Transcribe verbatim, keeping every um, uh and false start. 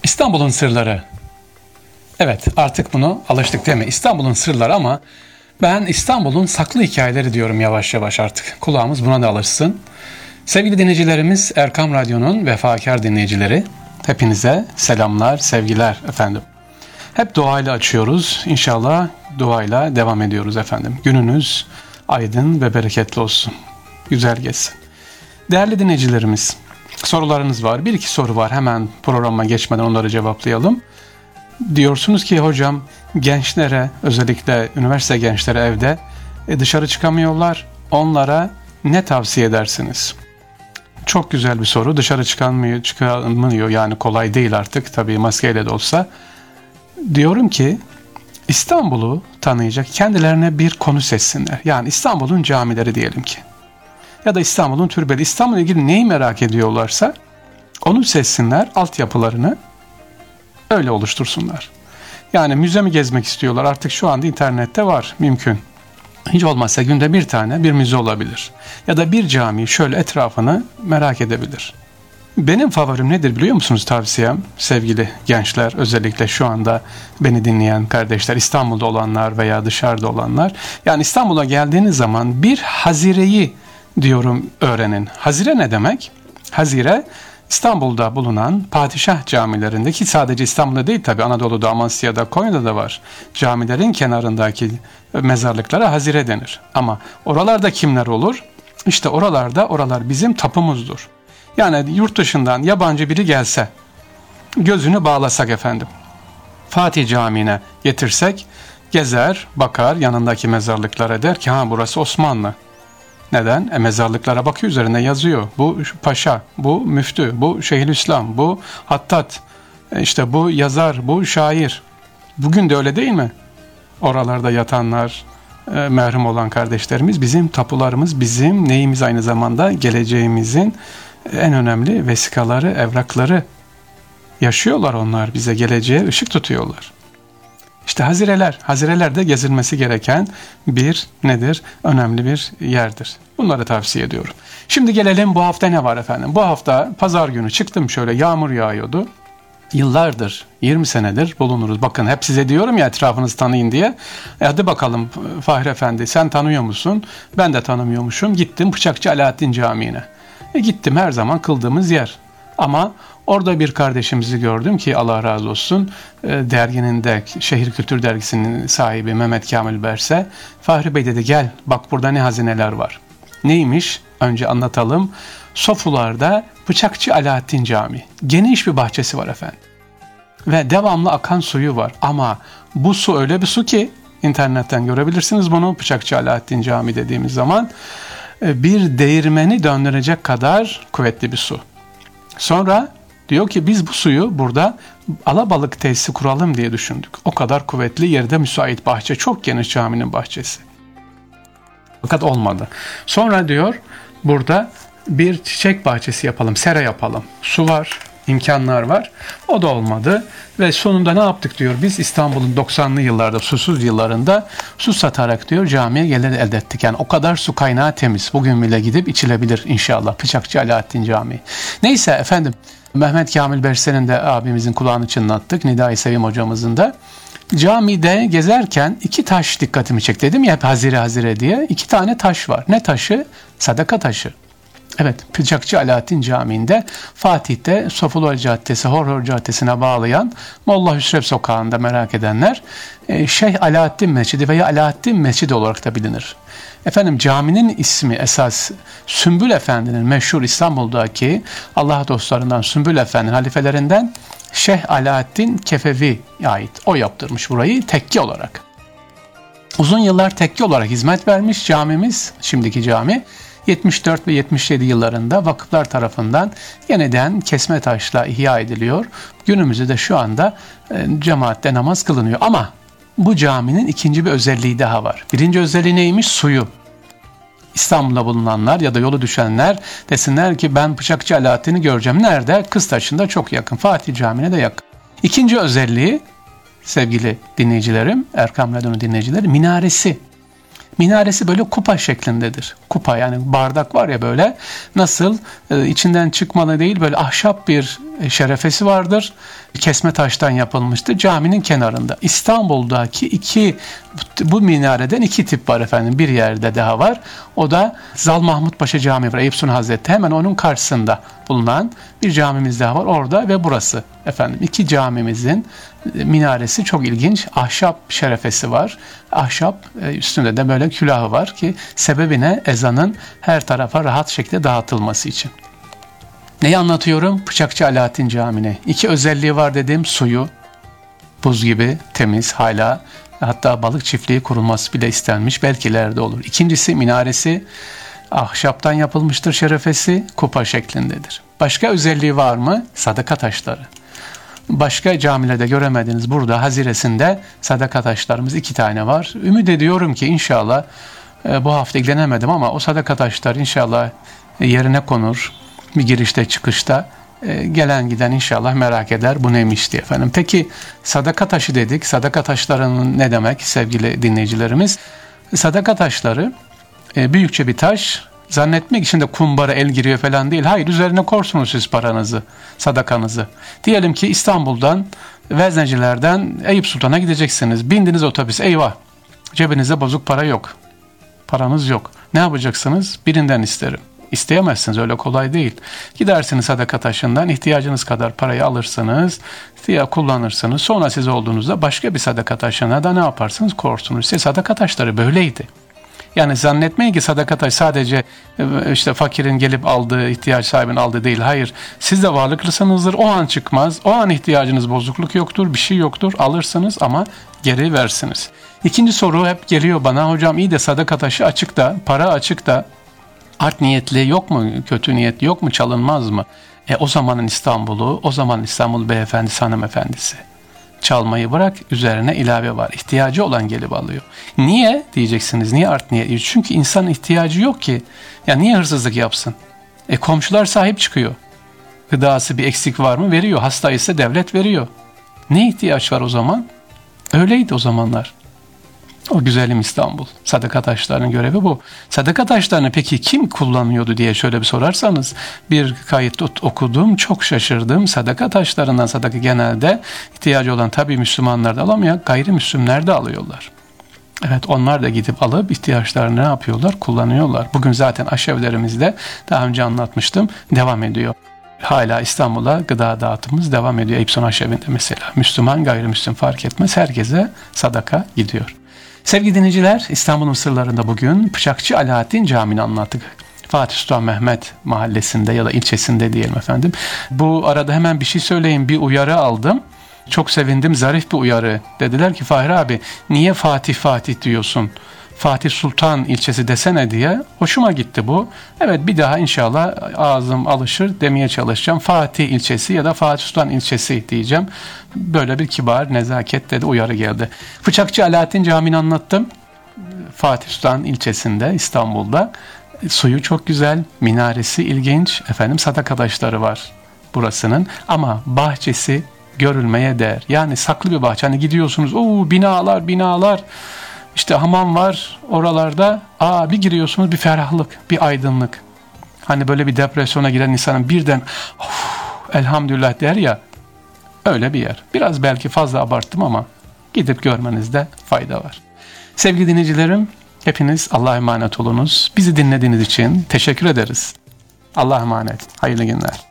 İstanbul'un sırları. Evet, artık bunu alıştık değil mi? İstanbul'un sırları ama ben İstanbul'un saklı hikayeleri diyorum yavaş yavaş artık. Kulağımız buna da alışsın. Sevgili dinleyicilerimiz, Erkam Radyo'nun vefakar dinleyicileri, hepinize selamlar, sevgiler efendim. Hep duayla açıyoruz. İnşallah duayla devam ediyoruz efendim. Gününüz aydın ve bereketli olsun. Güzel geçsin. Değerli dinleyicilerimiz, sorularınız var. Bir iki soru var. Hemen programa geçmeden onları cevaplayalım. Diyorsunuz ki hocam, gençlere, özellikle üniversite gençleri evde e, dışarı çıkamıyorlar. Onlara ne tavsiye edersiniz? Çok güzel bir soru. Dışarı çıkamıyor, çıkamıyor yani kolay değil artık. Tabii maskeyle de olsa. Diyorum ki İstanbul'u tanıyacak, kendilerine bir konu seçsinler. Yani İstanbul'un camileri diyelim ki. Ya da İstanbul'un türbeleri. İstanbul'la ilgili neyi merak ediyorlarsa onu seçsinler, altyapılarını öyle oluştursunlar. Yani müze mi gezmek istiyorlar? Artık şu anda internette var, mümkün. Hiç olmazsa günde bir tane bir müze olabilir. Ya da bir cami şöyle etrafını merak edebilir. Benim favorim nedir biliyor musunuz tavsiyem? Sevgili gençler, özellikle şu anda beni dinleyen kardeşler, İstanbul'da olanlar veya dışarıda olanlar. Yani İstanbul'a geldiğiniz zaman bir Hazire'yi diyorum öğrenin. Hazire ne demek? Hazire, İstanbul'da bulunan padişah camilerindeki, sadece İstanbul'da değil tabi, Anadolu'da, Amasya'da, Konya'da da var. Camilerin kenarındaki mezarlıklara hazire denir. Ama oralarda kimler olur? İşte oralarda, oralar bizim tapumuzdur. Yani yurt dışından yabancı biri gelse, gözünü bağlasak efendim, Fatih Camii'ne getirsek, gezer, bakar yanındaki mezarlıklara, der ki ha burası Osmanlı. Neden? E mezarlıklara bakıyor, üzerinde yazıyor. Bu paşa, bu müftü, bu Şeyhülislam, bu hattat, e işte bu yazar, bu şair. Bugün de öyle değil mi? Oralarda yatanlar, e, merhum olan kardeşlerimiz bizim tapularımız, bizim neyimiz, aynı zamanda geleceğimizin en önemli vesikaları, evrakları. Yaşıyorlar onlar, bize geleceğe ışık tutuyorlar. İşte hazireler, hazirelerde gezilmesi gereken bir nedir? Önemli bir yerdir. Bunları tavsiye ediyorum. Şimdi gelelim, bu hafta ne var efendim? Bu hafta pazar günü çıktım, şöyle yağmur yağıyordu. Yıllardır, yirmi senedir bulunuruz. Bakın hep size diyorum ya, etrafınızı tanıyın diye. E hadi bakalım Fahri Efendi, sen tanıyor musun? Ben de tanımıyormuşum. Gittim Bıçakçı Alaaddin Camii'ne. E gittim, her zaman kıldığımız yer. Ama orada bir kardeşimizi gördüm ki Allah razı olsun, e, derginin de, Şehir Kültür Dergisi'nin sahibi Mehmet Kamil Berse, Fahri Bey dedi, gel bak burada ne hazineler var. Neymiş? Önce anlatalım. Sofular'da Bıçakçı Alaaddin Camii. Geniş bir bahçesi var efendim. Ve devamlı akan suyu var. Ama bu su öyle bir su ki, internetten görebilirsiniz bunu, Bıçakçı Alaaddin Camii dediğimiz zaman, bir değirmeni döndürecek kadar kuvvetli bir su. Sonra diyor ki biz bu suyu burada alabalık tesisi kuralım diye düşündük. O kadar kuvvetli, yerde müsait bahçe, çok geniş caminin bahçesi. Fakat olmadı. Sonra diyor burada bir çiçek bahçesi yapalım, sera yapalım. Su var, imkanlar var. O da olmadı. Ve sonunda ne yaptık diyor, biz İstanbul'un doksanlı yıllarda, susuz yıllarında su satarak diyor camiye gelir elde ettik. Yani o kadar su kaynağı temiz. Bugün bile gidip içilebilir inşallah. Bıçakçı Alaaddin Camii. Neyse efendim, Mehmet Kamil Berse'nin de abimizin kulağını çınlattık. Nida-i Sevim hocamızın da. Camide gezerken iki taş dikkatimi çekti. Dedim ya hep hazire hazire diye. İki tane taş var. Ne taşı? Sadaka taşı. Evet, Bıçakçı Alaaddin Camii'nde, Fatih'te Sofulor Caddesi, Horhor Caddesi'ne bağlayan Molla Hüsrev Sokağı'nda, merak edenler, Şeyh Alaaddin Mescidi veya Alaaddin Mescidi olarak da bilinir. Efendim caminin ismi esas Sümbül Efendi'nin, meşhur İstanbul'daki Allah dostlarından Sümbül Efendi'nin halifelerinden Şeyh Alaaddin Kefevi'ye ait. O yaptırmış burayı tekke olarak. Uzun yıllar tekke olarak hizmet vermiş camimiz, şimdiki cami. yetmiş dört ve yetmiş yedi yıllarında vakıflar tarafından yeniden kesme taşla ihya ediliyor. Günümüzde de şu anda e, cemaatte namaz kılınıyor. Ama bu caminin ikinci bir özelliği daha var. Birinci özelliği neymiş? Suyu. İstanbul'da bulunanlar ya da yolu düşenler desinler ki ben Bıçakçı Alaaddin'i göreceğim. Nerede? Kıztaşı'nda çok yakın. Fatih Camii'ne de yakın. İkinci özelliği, sevgili dinleyicilerim, Erkam Radyo'nun dinleyicileri, minaresi. Minaresi böyle kupa şeklindedir. kupa yani bardak var ya böyle nasıl e, içinden çıkmalı değil böyle ahşap bir şerefesi vardır. Kesme taştan yapılmıştır caminin kenarında. İstanbul'daki iki bu minareden iki tip var efendim. Bir yerde daha var. O da Zal Mahmut Paşa Camii var. Eyüp Sultan Hazretleri hemen onun karşısında bulunan bir camimiz daha var. Orada ve burası efendim. İki camimizin minaresi çok ilginç. Ahşap şerefesi var. Ahşap üstünde de böyle külahı var ki sebebine ezanın her tarafa rahat şekilde dağıtılması için. Neyi anlatıyorum? Bıçakçı Alaaddin Camii'ne. İki özelliği var dedim. Suyu buz gibi temiz hala. Hatta balık çiftliği kurulması bile istenmiş. Belki ileride olur. İkincisi minaresi ahşaptan yapılmıştır şerefesi. Kupa şeklindedir. Başka özelliği var mı? Sadaka taşları. Başka camilerde göremediğiniz burada Haziresinde sadaka taşlarımız iki tane var. Ümit ediyorum ki inşallah e, bu hafta ilgilenemedim ama o sadaka taşları inşallah yerine konur. Bir girişte çıkışta e, gelen giden inşallah merak eder bu neymiş diye efendim. Peki sadaka taşı dedik. Sadaka taşlarının ne demek sevgili dinleyicilerimiz? Sadaka taşları e, büyükçe bir taş. Zannetmek için de kumbara el giriyor falan değil. Hayır, üzerine korsunuz siz paranızı, sadakanızı. Diyelim ki İstanbul'dan, Veznecilerden Eyüp Sultan'a gideceksiniz. Bindiniz otobüs, eyvah cebinizde bozuk para yok. Paranız yok. Ne yapacaksınız? Birinden isterim. İsteyemezsiniz, öyle kolay değil. Gidersiniz sadaka taşından ihtiyacınız kadar parayı alırsınız, ya kullanırsınız. Sonra siz olduğunuzda başka bir sadaka taşına da ne yaparsınız? Korsunuz. İşte sadaka taşları böyleydi. Yani zannetmeyin ki sadaka taş sadece işte fakirin gelip aldığı, ihtiyaç sahibinin aldığı değil. Hayır. Siz de varlıklısınızdır. O an çıkmaz. O an ihtiyacınız bozukluk yoktur. Bir şey yoktur. Alırsınız ama geri versiniz. İkinci soru hep geliyor bana. Hocam iyi de sadaka taşı açık da, para açık da art niyetli yok mu? Kötü niyetli yok mu? Çalınmaz mı? E o zamanın İstanbul'u, o zaman İstanbul beyefendisi, hanımefendisi. Çalmayı bırak, üzerine ilave var. İhtiyacı olan gelip alıyor. Niye diyeceksiniz? Niye art niyetli? Çünkü insanın ihtiyacı yok ki. Ya niye hırsızlık yapsın? E komşular sahip çıkıyor. Gıdası bir eksik var mı? Veriyor. Hasta ise devlet veriyor. Ne ihtiyaç var o zaman? Öyleydi o zamanlar. O güzelim İstanbul. Sadaka taşlarının görevi bu. Sadaka taşlarını peki kim kullanıyordu diye şöyle bir sorarsanız bir kayıt okudum, çok şaşırdım. Sadaka taşlarından sadaka genelde ihtiyacı olan tabii Müslümanlar da alamıyor, gayrimüslimler de alıyorlar. Evet, onlar da gidip alıp ihtiyaçlarını ne yapıyorlar? Kullanıyorlar. Bugün zaten aşevlerimizde daha önce anlatmıştım, devam ediyor. Hala İstanbul'a gıda dağıtımımız devam ediyor. Eyüp Sultan Aşevi'nde mesela. Müslüman, gayrimüslim fark etmez. Herkese sadaka gidiyor. Sevgili dinleyiciler, İstanbul'un sırlarında bugün Bıçakçı Alaaddin Camii'ni anlattık. Fatih Sultan Mehmet mahallesinde ya da ilçesinde diyelim efendim. Bu arada hemen bir şey söyleyeyim, bir uyarı aldım. Çok sevindim, zarif bir uyarı. Dediler ki Fahri abi niye Fatih Fatih diyorsun? Fatih Sultan ilçesi desene diye. Hoşuma gitti bu. Evet, bir daha inşallah ağzım alışır demeye çalışacağım. Fatih ilçesi ya da Fatih Sultan ilçesi diyeceğim. Böyle bir kibar nezaket dedi, uyarı geldi. Bıçakçı Alaaddin Camii'ni anlattım. Fatih Sultan ilçesinde, İstanbul'da. Suyu çok güzel, minaresi ilginç. Efendim sadaka taşları var burasının. Ama bahçesi görülmeye değer. Yani saklı bir bahçe. Hani gidiyorsunuz, ooo binalar binalar. İşte hamam var oralarda. Aa bir giriyorsunuz, bir ferahlık, bir aydınlık. Hani böyle bir depresyona giren insanın birden elhamdülillah der ya, öyle bir yer. Biraz belki fazla abarttım ama gidip görmenizde fayda var. Sevgili dinleyicilerim, hepiniz Allah'a emanet olunuz. Bizi dinlediğiniz için teşekkür ederiz. Allah'a emanet. Hayırlı günler.